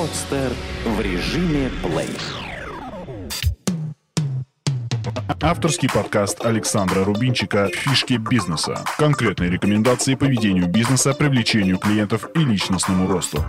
Подстер в режиме плей. Авторский подкаст Александра Рубинчика «Фишки бизнеса». Конкретные рекомендации по ведению бизнеса, привлечению клиентов и личностному росту.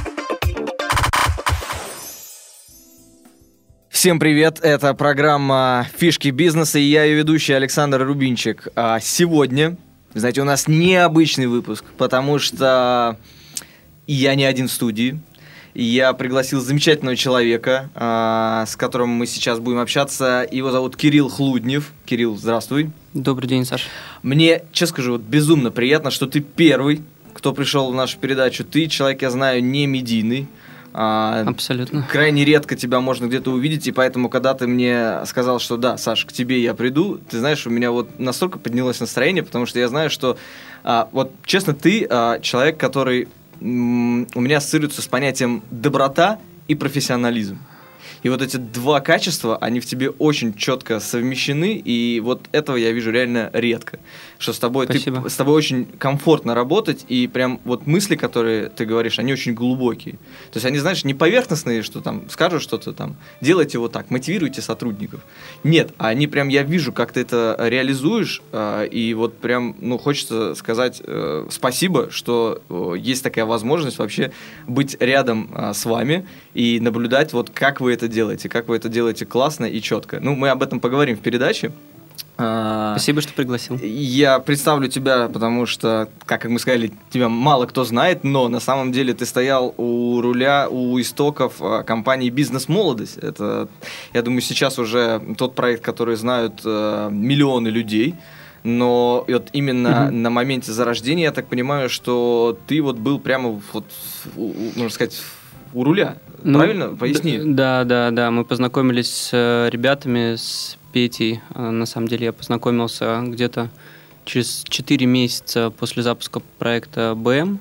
Всем привет, это программа «Фишки бизнеса» и я ее ведущий Александр Рубинчик. Сегодня, знаете, у нас необычный выпуск, потому что я не один в студии. Я пригласил замечательного человека, с которым мы сейчас будем общаться. Его зовут Кирилл Хлуднев. Кирилл, здравствуй. Добрый день, Саша. Мне, честно скажу, безумно приятно, что ты первый, кто пришел в нашу передачу. Ты человек, я знаю, не медийный. Абсолютно. Крайне редко тебя можно где-то увидеть, и поэтому, когда ты мне сказал, что да, Саш, к тебе я приду, ты знаешь, у меня вот настолько поднялось настроение, потому что я знаю, что, вот честно, ты человек, который у меня ассоциируется с понятием доброта и профессионализм. И вот эти два качества, они в тебе очень четко совмещены, и вот этого я вижу реально редко. Что с тобой, с тобой очень комфортно работать, и прям вот мысли, которые ты говоришь, они очень глубокие. То есть они, знаешь, не поверхностные, что там скажут что-то там, делайте вот так, мотивируйте сотрудников. Нет, они прям, я вижу, как ты это реализуешь, и вот прям, хочется сказать спасибо, что есть такая возможность вообще быть рядом с вами и наблюдать, вот как вы это делаете классно и четко. Мы об этом поговорим в передаче. Спасибо, что пригласил. Я представлю тебя, потому что, как мы сказали, тебя мало кто знает, но на самом деле ты стоял у руля, у истоков компании «Бизнес-молодость». Это, я думаю, сейчас уже тот проект, который знают миллионы людей. Но вот именно на моменте зарождения, я так понимаю, что ты вот был прямо, вот, можно сказать, у руля. Правильно? Поясни. Да. Мы познакомились с ребятами, с Петей. На самом деле я познакомился где-то через 4 месяца после запуска проекта БМ.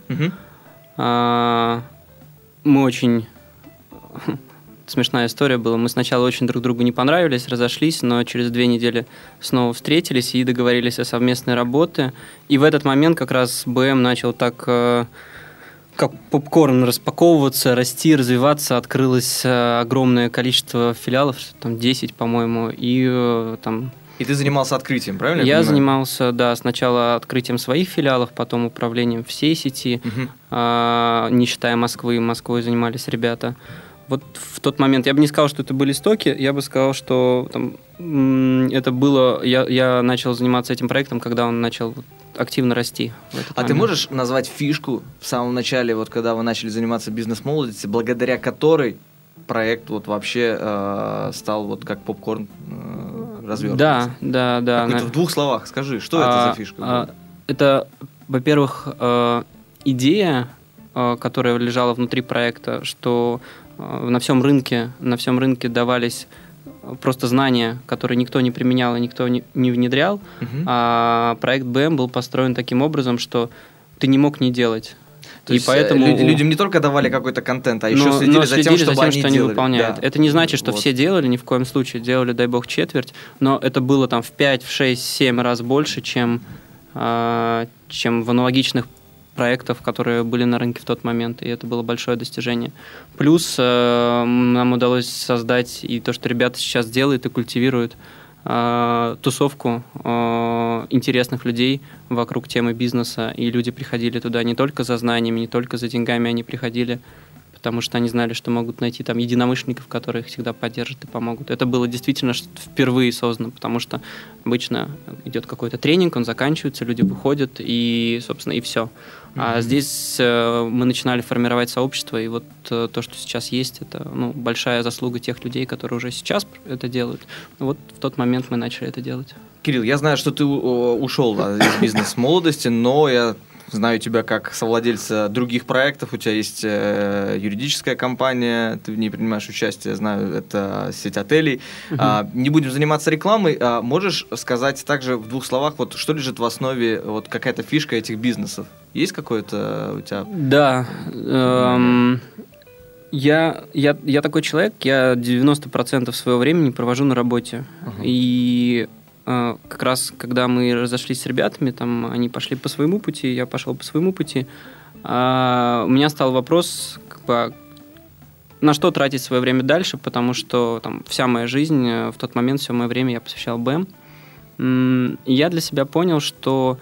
Мы очень... Смешная история была. Мы сначала очень друг другу не понравились, разошлись, но через 2 недели снова встретились и договорились о совместной работе. И в этот момент как раз БМ начал так... как попкорн распаковываться, расти, развиваться. Открылось огромное количество филиалов, там 10, по-моему, и там... И ты занимался открытием, правильно? Я занимался, да, сначала открытием своих филиалов, потом управлением всей сети, не считая Москвы. Москвой занимались ребята. Вот в тот момент, я бы не сказал, что это были истоки, я бы сказал, что там, это было... Я начал заниматься этим проектом, когда он начал активно расти. Ты можешь назвать фишку в самом начале, вот когда вы начали заниматься бизнес-молодостью, благодаря которой проект вот вообще стал вот как попкорн развертываться? Да. В 2 словах скажи, что это за фишка? Это, во-первых, идея, которая лежала внутри проекта, что на всем рынке давались просто знания, которые никто не применял и никто не внедрял, а проект БМ был построен таким образом, что ты не мог не делать. То есть поэтому людям не только давали какой-то контент, а еще следили за тем, что они делали. Выполняют. Да. Это не значит, что все делали, ни в коем случае. Делали, дай бог, четверть, но это было там в 5, в 6, 7 раз больше, чем в аналогичных проектов, которые были на рынке в тот момент, и это было большое достижение. Плюс нам удалось создать и то, что ребята сейчас делают и культивируют тусовку интересных людей вокруг темы бизнеса, и люди приходили туда не только за знаниями, не только за деньгами, они приходили, потому что они знали, что могут найти там единомышленников, которые их всегда поддержат и помогут. Это было действительно впервые создано, потому что обычно идет какой-то тренинг, он заканчивается, люди выходят, и, собственно, и все. А здесь мы начинали формировать сообщество, и вот то, что сейчас есть, это большая заслуга тех людей, которые уже сейчас это делают. Вот в тот момент мы начали это делать. Кирилл, я знаю, что ты ушел из бизнес-молодости, но я знаю тебя как совладельца других проектов, у тебя есть юридическая компания, ты в ней принимаешь участие, знаю, это сеть отелей. Не будем заниматься рекламой, можешь сказать также в 2 словах, вот что лежит в основе, вот какая-то фишка этих бизнесов? Есть какое-то у тебя? Да, я такой человек, я 90% своего времени провожу на работе, и как раз, когда мы разошлись с ребятами, там, они пошли по своему пути, я пошел по своему пути, у меня стал вопрос, на что тратить свое время дальше, потому что там вся моя жизнь, в тот момент все мое время я посвящал БЭМ. И я для себя понял, что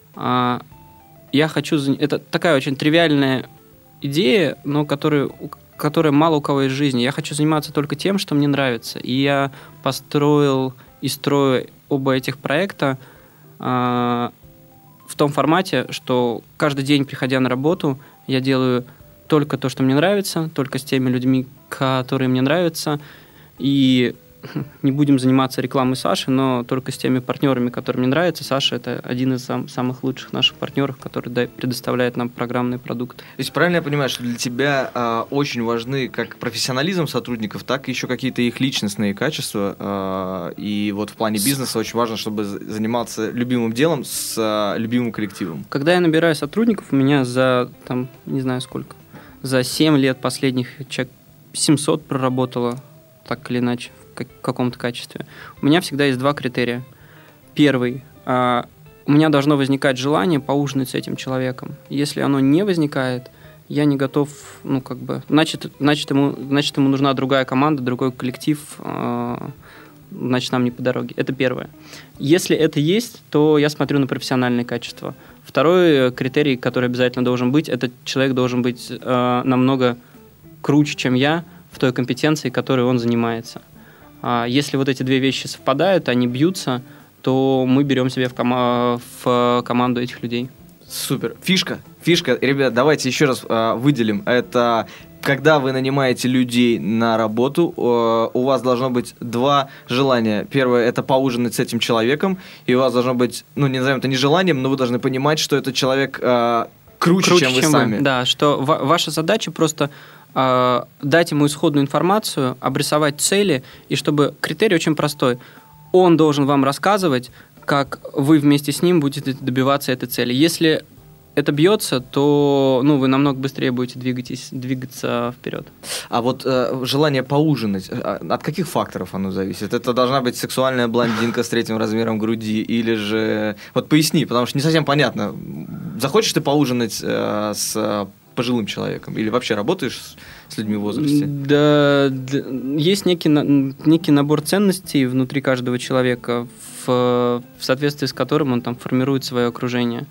я хочу... Это такая очень тривиальная идея, но которая мало у кого есть в жизни. Я хочу заниматься только тем, что мне нравится. И я построил и строю оба этих проекта в том формате, что каждый день, приходя на работу, я делаю только то, что мне нравится, только с теми людьми, которые мне нравятся. И не будем заниматься рекламой Саши, но только с теми партнерами, которые мне нравятся. Саша – это один из самых лучших наших партнеров, который предоставляет нам программный продукт. То есть правильно я понимаю, что для тебя очень важны как профессионализм сотрудников, так и еще какие-то их личностные качества. И вот в плане бизнеса очень важно, чтобы заниматься любимым делом с любимым коллективом. Когда я набираю сотрудников, у меня за, не знаю сколько, за 7 лет последних человек 700 проработало, так или иначе, в каком-то качестве. У меня всегда есть 2 критерия. Первый. У меня должно возникать желание поужинать с этим человеком. Если оно не возникает, я не готов, значит, ему нужна другая команда, другой коллектив, значит, нам не по дороге. Это первое. Если это есть, то я смотрю на профессиональные качества. Второй критерий, который обязательно должен быть, это человек должен быть намного круче, чем я, в той компетенции, которой он занимается. Если вот эти 2 вещи совпадают, они бьются, то мы берем себе в команду этих людей. Супер. Фишка, ребят, давайте еще раз выделим. Это когда вы нанимаете людей на работу, у вас должно быть 2 желания. Первое – это поужинать с этим человеком, и у вас должно быть, не назовем это не желанием, но вы должны понимать, что этот человек круче, чем вы сами. Да, что ваша задача просто дать ему исходную информацию, обрисовать цели, и чтобы критерий очень простой. Он должен вам рассказывать, как вы вместе с ним будете добиваться этой цели. Если это бьется, то вы намного быстрее будете двигаться вперед. А вот желание поужинать, от каких факторов оно зависит? Это должна быть сексуальная блондинка с 3 размером груди, или же... Вот поясни, потому что не совсем понятно. Захочешь ты поужинать с пожилым человеком? Или вообще работаешь с людьми в возрасте? Да, есть некий набор ценностей внутри каждого человека, в соответствии с которым он формирует свое окружение.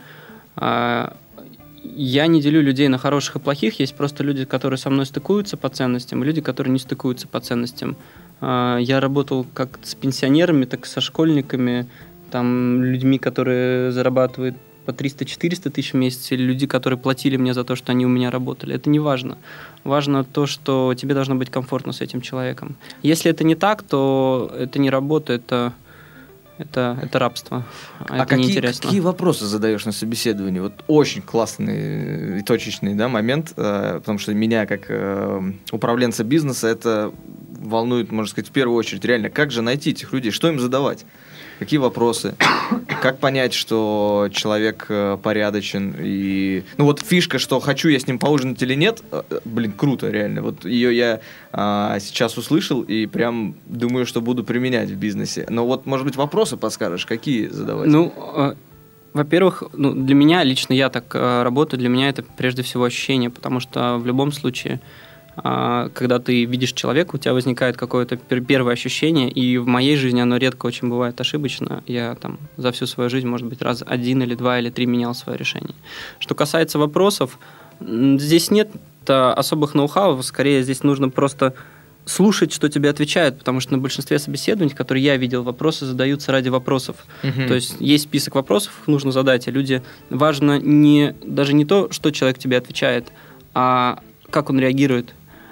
Я не делю людей на хороших и плохих. Есть просто люди, которые со мной стыкуются по ценностям, и люди, которые не стыкуются по ценностям. Я работал как с пенсионерами, так и со школьниками, людьми, которые зарабатывают по 300-400 тысяч в месяц, или люди, которые платили мне за то, что они у меня работали. Это не важно. Важно то, что тебе должно быть комфортно с этим человеком. Если это не так, то это не работа, это рабство. Это какие вопросы задаешь на собеседовании? Вот очень классный и точечный момент, потому что меня, как управленца бизнеса, это волнует, можно сказать, в первую очередь. Реально, как же найти этих людей? Что им задавать? Какие вопросы? Как понять, что человек порядочен? И... фишка, что хочу я с ним поужинать или нет, круто, реально. Вот ее я сейчас услышал и прям думаю, что буду применять в бизнесе. Но может быть, вопросы подскажешь, какие задавать? Во-первых, для меня, лично я так работаю, для меня это прежде всего ощущение, потому что в любом случае, когда ты видишь человека, у тебя возникает какое-то первое ощущение, и в моей жизни оно редко очень бывает ошибочно. Я за всю свою жизнь, может быть, раз 1 или 2 или 3 менял свое решение. Что касается вопросов, здесь нет особых ноу-хау, скорее здесь нужно просто слушать, что тебе отвечают, потому что на большинстве собеседований, которые я видел, вопросы задаются ради вопросов. То есть есть список вопросов, их нужно задать, а люди... Важно даже не то, что человек тебе отвечает, а как он реагирует.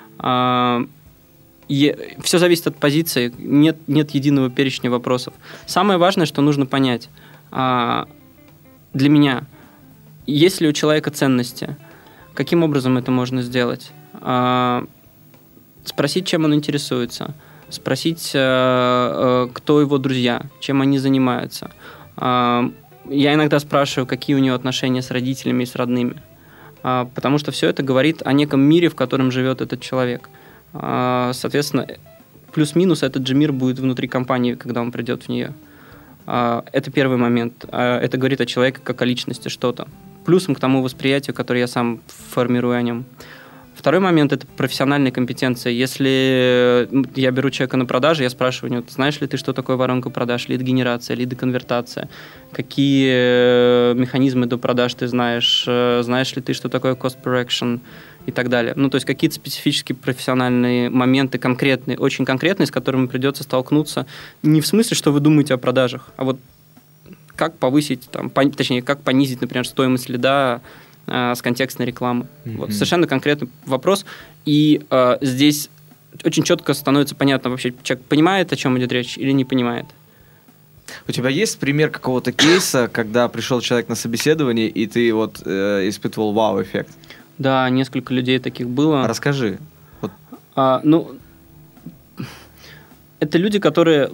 Все зависит от позиции, нет единого перечня вопросов. Самое важное, что нужно понять для меня, есть ли у человека ценности, каким образом это можно сделать, спросить, чем он интересуется, спросить, кто его друзья, чем они занимаются. Я иногда спрашиваю, какие у него отношения с родителями и с родными, потому что все это говорит о неком мире, в котором живет этот человек. Соответственно, плюс-минус этот же мир будет внутри компании, когда он придет в нее. Это первый момент. Это говорит о человеке как о личности что-то. Плюсом к тому восприятию, которое я сам формирую о нем. Второй момент – это профессиональные компетенции. Если я беру человека на продаже, я спрашиваю у него: знаешь ли ты, что такое воронка продаж, лид-генерация, лидоконвертация, какие механизмы до продаж ты знаешь, знаешь ли ты, что такое cost per action и так далее. Ну, то есть какие-то специфические профессиональные моменты конкретные, очень конкретные, с которыми придется столкнуться. Не в смысле, что вы думаете о продажах, а вот как повысить, точнее, как понизить, например, стоимость лида с контекстной рекламы. Вот, совершенно конкретный вопрос. И здесь очень четко становится понятно, вообще человек понимает, о чем идет речь, или не понимает. У тебя есть пример какого-то кейса, когда пришел человек на собеседование, и ты вот испытывал вау-эффект? Да, несколько людей таких было. Расскажи. Вот. Это люди, которые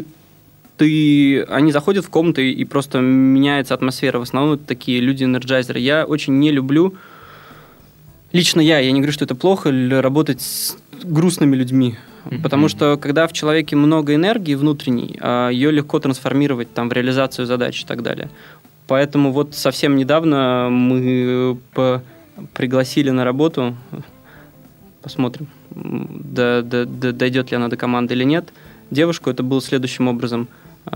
они заходят в комнату, и просто меняется атмосфера. В основном это такие люди-энерджайзеры. Я очень не люблю, лично я не говорю, что это плохо, работать с грустными людьми. Потому что, когда в человеке много энергии внутренней, ее легко трансформировать в реализацию задач и так далее. Поэтому вот совсем недавно мы пригласили на работу, посмотрим, дойдет ли она до команды или нет, девушку. Это было следующим образом.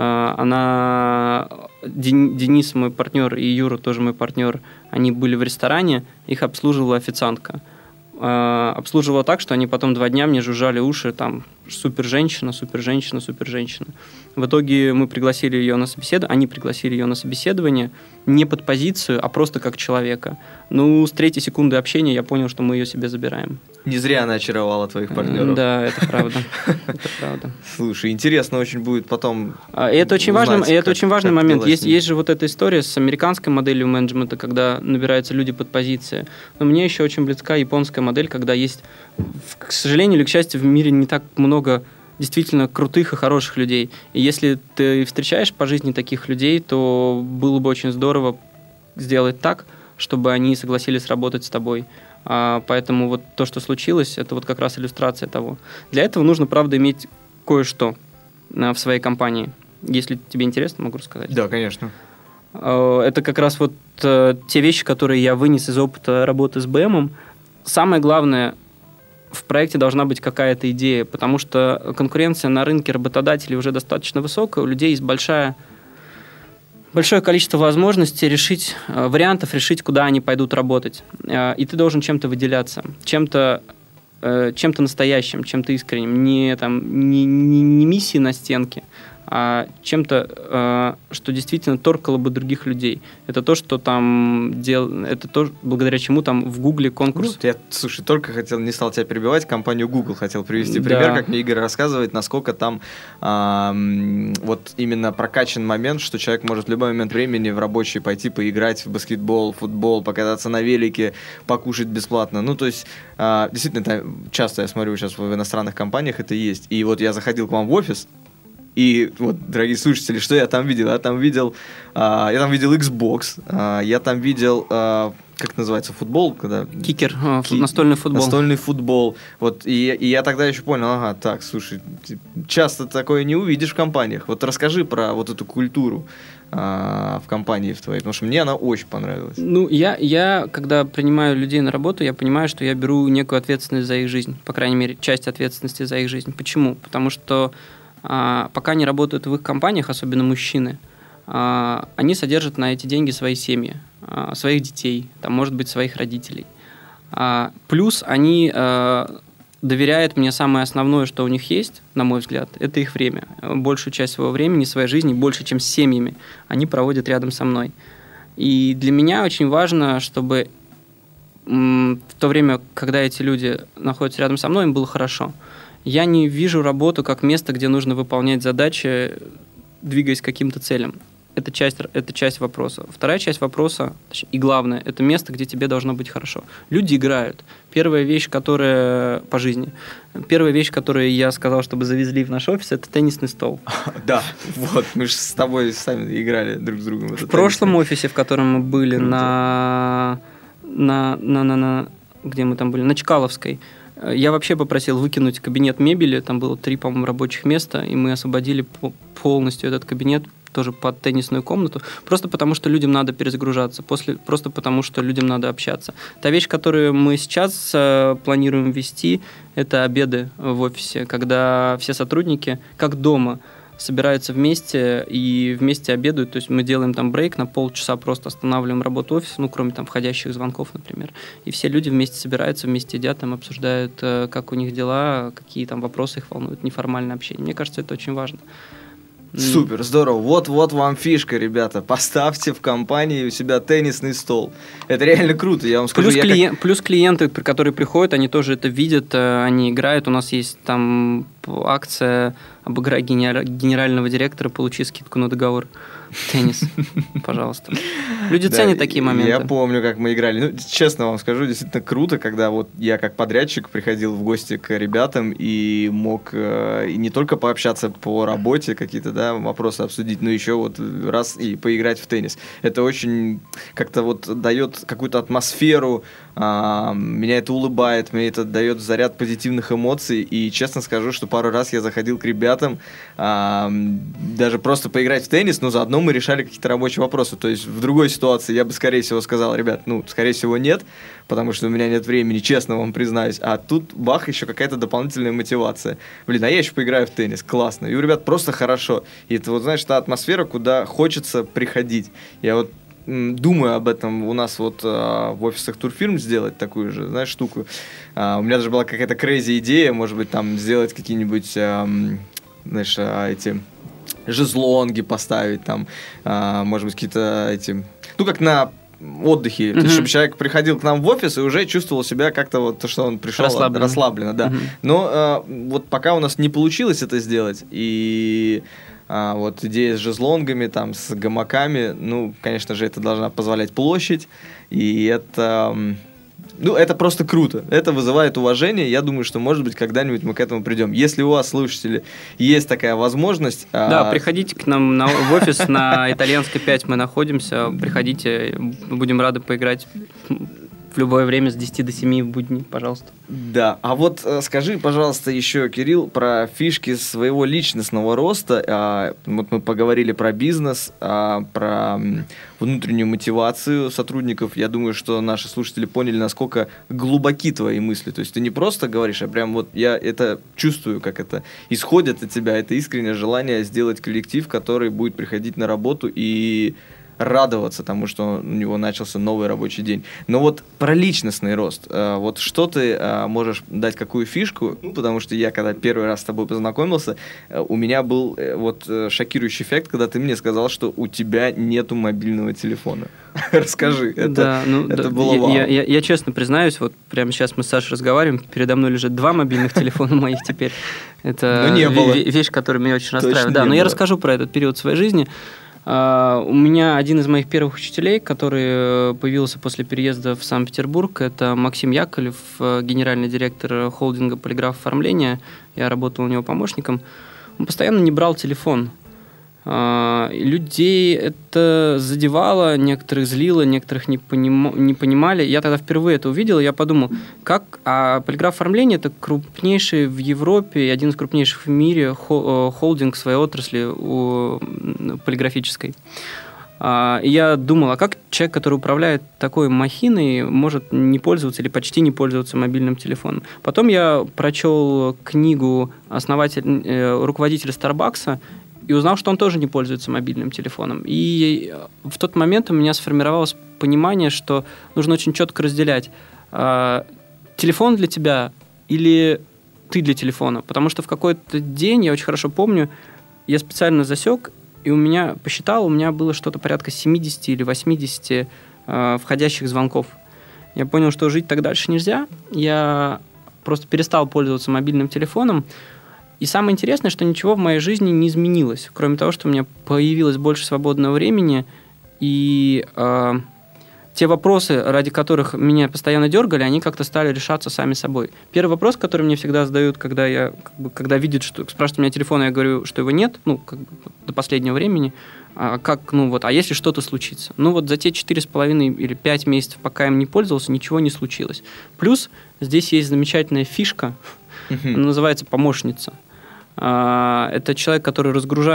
Денис, мой партнер, и Юра, тоже мой партнер, они были в ресторане, их обслуживала официантка. Обслуживала так, что они потом 2 дня мне жужжали уши, супер-женщина, супер-женщина, супер-женщина. В итоге мы пригласили ее на собеседование, они пригласили ее на собеседование не под позицию, а просто как человека. С 3-й секунды общения я понял, что мы ее себе забираем. Не зря она очаровала твоих партнеров. Да, это правда. Это правда. Слушай, интересно очень будет потом. Это очень важный момент. Есть же вот эта история с американской моделью менеджмента, когда набираются люди под позиции. Но мне еще очень близка японская модель, когда есть, к сожалению или к счастью, в мире не так много действительно крутых и хороших людей. И если ты встречаешь по жизни таких людей, то было бы очень здорово сделать так, чтобы они согласились работать с тобой. Поэтому вот то, что случилось, это вот как раз иллюстрация того. Для этого нужно, правда, иметь кое-что в своей компании. Если тебе интересно, могу рассказать. Да, конечно. Это как раз вот те вещи, которые я вынес из опыта работы с БМом. Самое главное, в проекте должна быть какая-то идея, потому что конкуренция на рынке работодателей уже достаточно высокая, у людей есть большое количество возможностей вариантов решить, куда они пойдут работать. И ты должен чем-то выделяться, чем-то настоящим, чем-то искренним, не миссией на стенке, а чем-то, что действительно торкало бы других людей. Это то, что это то, благодаря чему в Гугле конкурс. Я, слушай, только не стал тебя перебивать, компанию Google хотел привести пример, как мне Игорь рассказывает, насколько там вот именно прокачан момент, что человек может в любой момент времени в рабочий пойти поиграть в баскетбол, футбол, покататься на велике, покушать бесплатно. Ну, то есть, действительно, часто я смотрю сейчас в иностранных компаниях, это есть. И вот я заходил к вам в офис, и вот, дорогие слушатели, что я там видел? Я там видел Xbox, я там видел, как называется, футбол? Кикер, настольный футбол. Настольный футбол. Вот, и я тогда еще понял, так, слушай, часто такое не увидишь в компаниях. Вот расскажи про вот эту культуру в компании в твоей, потому что мне она очень понравилась. Я, когда принимаю людей на работу, я понимаю, что я беру некую ответственность за их жизнь, по крайней мере, часть ответственности за их жизнь. Почему? Потому что пока они работают в их компаниях, особенно мужчины, они содержат на эти деньги свои семьи, своих детей, может быть, своих родителей. Плюс они доверяют мне самое основное, что у них есть, на мой взгляд, это их время. Большую часть своего времени, своей жизни, больше, чем с семьями, они проводят рядом со мной. И для меня очень важно, чтобы в то время, когда эти люди находятся рядом со мной, им было хорошо. Я не вижу работу как место, где нужно выполнять задачи, двигаясь к каким-то целям. Это часть вопроса. Вторая часть вопроса, и главное, это место, где тебе должно быть хорошо. Люди играют. Первая вещь, которую я сказал, чтобы завезли в наш офис, это теннисный стол. Да, вот, мы же с тобой сами играли друг с другом. В прошлом офисе, в котором мы были, где мы там были, на Чкаловской, я вообще попросил выкинуть кабинет мебели, там было 3, по-моему, рабочих места, и мы освободили полностью этот кабинет тоже под теннисную комнату, просто потому что людям надо перезагружаться, просто потому что людям надо общаться. Та вещь, которую мы сейчас планируем ввести, это обеды в офисе, когда все сотрудники, как дома, собираются вместе и вместе обедают. То есть мы делаем там брейк на полчаса, просто останавливаем работу офиса, кроме там входящих звонков, например. И все люди вместе собираются, вместе едят, там обсуждают, как у них дела, какие там вопросы их волнуют, неформальное общение. Мне кажется, это очень важно. Супер, здорово. Вот вам фишка, ребята. Поставьте в компании у себя теннисный стол. Это реально круто, я вам скажу. Плюс клиенты, которые приходят, они тоже это видят, они играют. У нас есть там акция «Обыграй генерального директора, получи скидку на договор». Теннис, пожалуйста. Люди ценят такие моменты. Я помню, как мы играли. Честно вам скажу, действительно круто, когда вот я как подрядчик приходил в гости к ребятам и мог и не только пообщаться по работе, какие-то вопросы обсудить, но еще вот раз и поиграть в теннис. Это очень как-то вот дает какую-то атмосферу, меня это улыбает, мне это дает заряд позитивных эмоций, и честно скажу, что пару раз я заходил к ребятам даже просто поиграть в теннис, но заодно мы решали какие-то рабочие вопросы. То есть в другой ситуации я бы, скорее всего, сказал: ребят, скорее всего, нет, потому что у меня нет времени, честно вам признаюсь. А тут, бах, еще какая-то дополнительная мотивация. А я еще поиграю в теннис, классно. И у ребят просто хорошо. И это, вот, знаешь, та атмосфера, куда хочется приходить. Я вот думаю об этом у нас вот в офисах турфирм сделать такую же, знаешь, штуку. У меня даже была какая-то crazy идея, может быть, там сделать какие-нибудь, знаешь, эти жезлонги поставить, там, может быть, какие-то эти... как на отдыхе. То есть, чтобы человек приходил к нам в офис и уже чувствовал себя как-то вот, то, что он пришел расслабленно, да. Но вот пока у нас не получилось это сделать, и вот идея с жезлонгами, там, с гамаками, конечно же, это должна позволять площадь, и это... это просто круто. Это вызывает уважение. Я думаю, что, может быть, когда-нибудь мы к этому придем. Если у вас, слушатели, есть такая возможность... Да, приходите к нам в офис на Итальянской 5 мы находимся. Приходите, будем рады поиграть в любое время с 10 до 7 в будни, пожалуйста. Да, а вот скажи, пожалуйста, еще, Кирилл, про фишки своего личностного роста. Вот мы поговорили про бизнес, про внутреннюю мотивацию сотрудников. Я думаю, что наши слушатели поняли, насколько глубоки твои мысли. То есть ты не просто говоришь, а прям вот я это чувствую, как это исходит от тебя. Это искреннее желание сделать коллектив, который будет приходить на работу и радоваться тому, что у него начался новый рабочий день. Но вот про личностный рост. Вот что ты можешь дать, какую фишку? Потому что я, когда первый раз с тобой познакомился, у меня был вот шокирующий эффект, когда ты мне сказал, что у тебя нету мобильного телефона. Расскажи. Это было вау. Я честно признаюсь, вот прямо сейчас мы с Сашей разговариваем, передо мной лежит 2 мобильных телефона моих теперь. Это вещь, которая меня очень расстраивает. Да, но я расскажу про этот период своей жизни. У меня один из моих первых учителей, который появился после переезда в Санкт-Петербург, это Максим Яковлев, генеральный директор холдинга «Полиграф оформления». Я работал у него помощником. Он постоянно не брал телефон. Людей это задевало, некоторых злило, некоторых не понимали. Я тогда впервые это увидел, и я подумал, «Полиграф оформления» — это крупнейший в Европе и один из крупнейших в мире холдинг своей отрасли полиграфической. И я думал, как человек, который управляет такой махиной, может не пользоваться или почти не пользоваться мобильным телефоном. Потом я прочел книгу руководителя Starbucks и узнал, что он тоже не пользуется мобильным телефоном. И в тот момент у меня сформировалось понимание, что нужно очень четко разделять телефон для тебя или ты для телефона. Потому что в какой-то день, я очень хорошо помню, я специально засек, и у меня было что-то порядка 70 или 80 входящих звонков. Я понял, что жить так дальше нельзя. Я просто перестал пользоваться мобильным телефоном. И самое интересное, что ничего в моей жизни не изменилось, кроме того, что у меня появилось больше свободного времени, и те вопросы, ради которых меня постоянно дергали, они как-то стали решаться сами собой. Первый вопрос, который мне всегда задают, когда видят, что спрашивают у меня телефон, я говорю, что его нет, до последнего времени, а если что-то случится? За те 4,5 или 5 месяцев, пока я им не пользовался, ничего не случилось. Плюс здесь есть замечательная фишка, она называется помощница. Это человек, который разгружает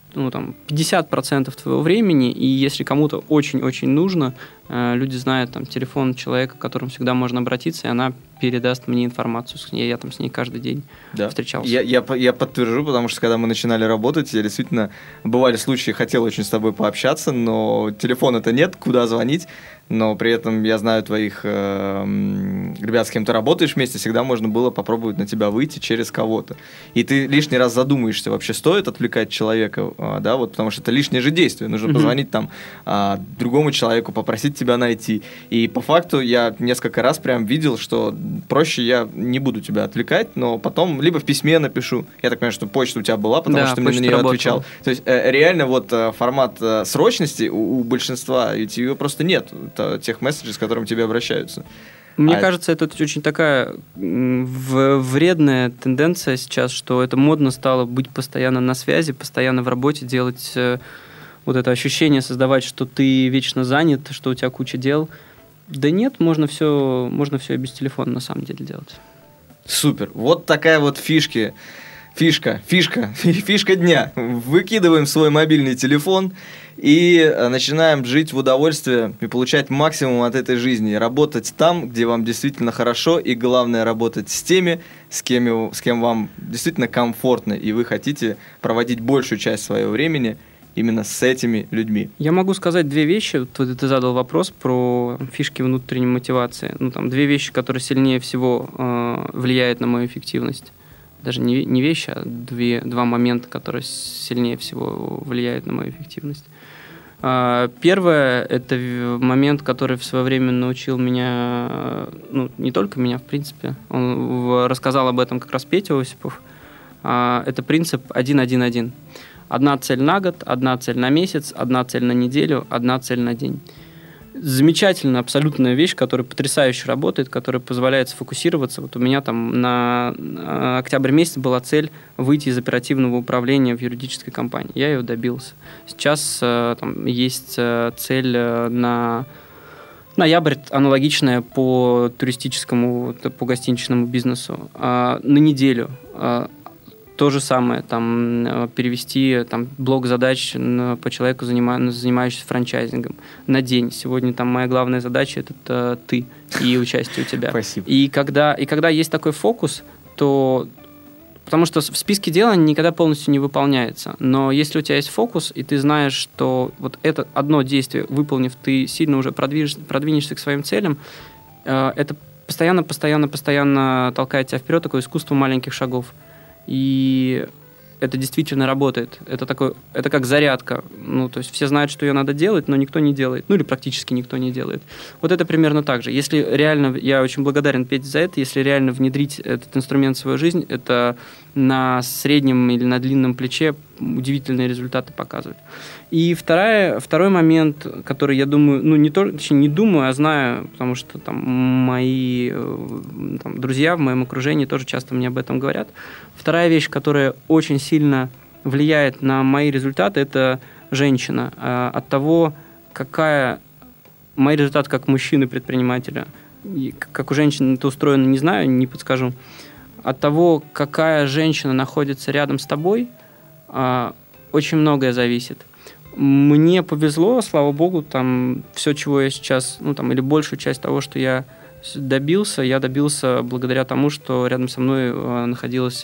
50% твоего времени, и если кому-то очень-очень нужно, люди знают там телефон человека, к которому всегда можно обратиться, и она передаст мне информацию. Я там с ней каждый день встречался. Я подтвержу, потому что когда мы начинали работать, я действительно, бывали случаи, хотел очень с тобой пообщаться, но телефона-то нет, куда звонить, но при этом я знаю твоих ребят, с кем ты работаешь вместе, всегда можно было попробовать на тебя выйти через кого-то. И ты лишний раз задумаешься, вообще стоит отвлекать человека, да, вот, потому что это лишнее же действие. Нужно позвонить там другому человеку, попросить тебя найти. И по факту я несколько раз прям видел, что проще я не буду тебя отвлекать, но потом либо в письме напишу. Я так понимаю, что почта у тебя была, потому что ты мне на нее отвечал. То есть реально вот формат срочности у большинства, ведь ее просто нет, тех месседжей, с которыми к тебе обращаются. Мне кажется, это очень такая вредная тенденция сейчас, что это модно стало быть постоянно на связи, постоянно в работе, делать вот это ощущение, создавать, что ты вечно занят, что у тебя куча дел. Да нет, можно все и без телефона на самом деле делать. Супер. Вот такая вот фишка дня. Выкидываем свой мобильный телефон и начинаем жить в удовольствие и получать максимум от этой жизни. Работать там, где вам действительно хорошо, и главное, работать с теми, с кем вам действительно комфортно, и вы хотите проводить большую часть своего времени именно с этими людьми. Я могу сказать две вещи. Ты задал вопрос про фишки внутренней мотивации. Две вещи, которые сильнее всего влияют на мою эффективность. Даже не вещи, а два момента, которые сильнее всего влияют на мою эффективность. Первое – это момент, который в свое время научил меня, не только меня, в принципе. Он рассказал об этом как раз Петя Осипов. Это принцип 1-1-1. Одна цель на год, одна цель на месяц, одна цель на неделю, одна цель на день. Замечательная, абсолютная вещь, которая потрясающе работает, которая позволяет сфокусироваться. Вот у меня там на октябрь месяц была цель выйти из оперативного управления в юридической компании. Я ее добился. Сейчас там есть цель на ноябрь, аналогичная по туристическому, по гостиничному бизнесу. На неделю то же самое, там, перевести там, блок задач по человеку, занимающемуся франчайзингом на день. Сегодня там моя главная задача – это ты и участие у тебя. Спасибо. И когда есть такой фокус, то... Потому что в списке дел они никогда полностью не выполняются. Но если у тебя есть фокус, и ты знаешь, что вот это одно действие, выполнив, ты сильно уже продвинешься к своим целям, это постоянно толкает тебя вперед, такое искусство маленьких шагов. И это действительно работает. Это как зарядка. То есть все знают, что ее надо делать, но никто не делает. Или практически никто не делает. Вот это примерно так же. Если реально, я очень благодарен Пете за это, если реально внедрить этот инструмент в свою жизнь, это на среднем или на длинном плече удивительные результаты показывает. И второй момент, который я думаю, не думаю, а знаю, потому что там мои друзья в моем окружении тоже часто мне об этом говорят. Вторая вещь, которая очень сильно влияет на мои результаты, это женщина. От того, какая мои результаты как мужчины-предпринимателя, как у женщин это устроено, не знаю, не подскажу. От того, какая женщина находится рядом с тобой, очень многое зависит. Мне повезло, слава богу, там все, чего я сейчас, или большую часть того, что я добился благодаря тому, что рядом со мной находилась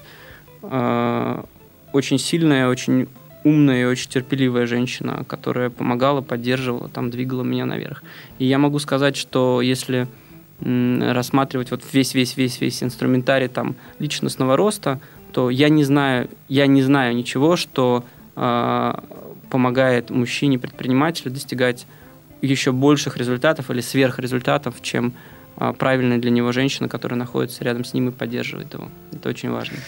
очень сильная, очень умная и очень терпеливая женщина, которая помогала, поддерживала, двигала меня наверх. И я могу сказать, что если рассматривать вот весь инструментарий личностного роста, то я не знаю ничего, что помогает мужчине-предпринимателю достигать еще больших результатов или сверхрезультатов, чем правильная для него женщина, которая находится рядом с ним и поддерживает его. Это очень важно.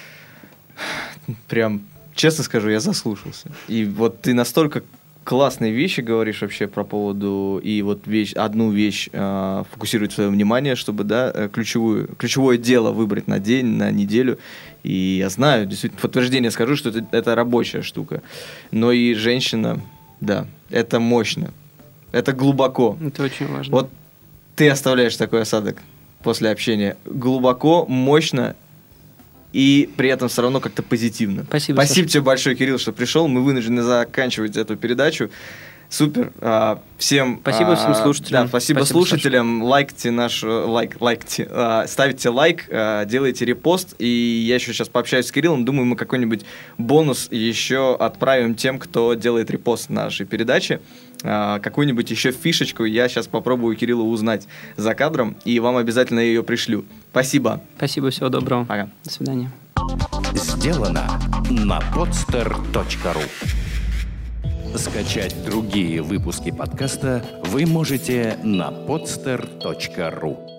Прям, честно скажу, я заслушался. И вот ты настолько классные вещи говоришь вообще про поводу, и вот одну вещь фокусировать свое внимание, чтобы, ключевое дело выбрать на день, на неделю. И я знаю, действительно, подтверждение скажу, что это рабочая штука. Но и женщина, да, это мощно. Это глубоко. Это очень важно. Вот ты оставляешь такой осадок после общения. Глубоко, мощно и при этом все равно как-то позитивно. Спасибо, Спасибо тебе большое, Кирилл, что пришел. Мы вынуждены заканчивать эту передачу. Супер. Всем спасибо всем слушателям. Да, спасибо слушателям. Лайкайте ставьте лайк, делайте репост. И я еще сейчас пообщаюсь с Кириллом. Думаю, мы какой-нибудь бонус еще отправим тем, кто делает репост нашей передачи. Какую-нибудь еще фишечку я сейчас попробую Кириллу узнать за кадром, и вам обязательно ее пришлю. Спасибо. Спасибо, всего доброго. Пока. До свидания. Сделано на podster.ru. Скачать другие выпуски подкаста вы можете на podster.ru.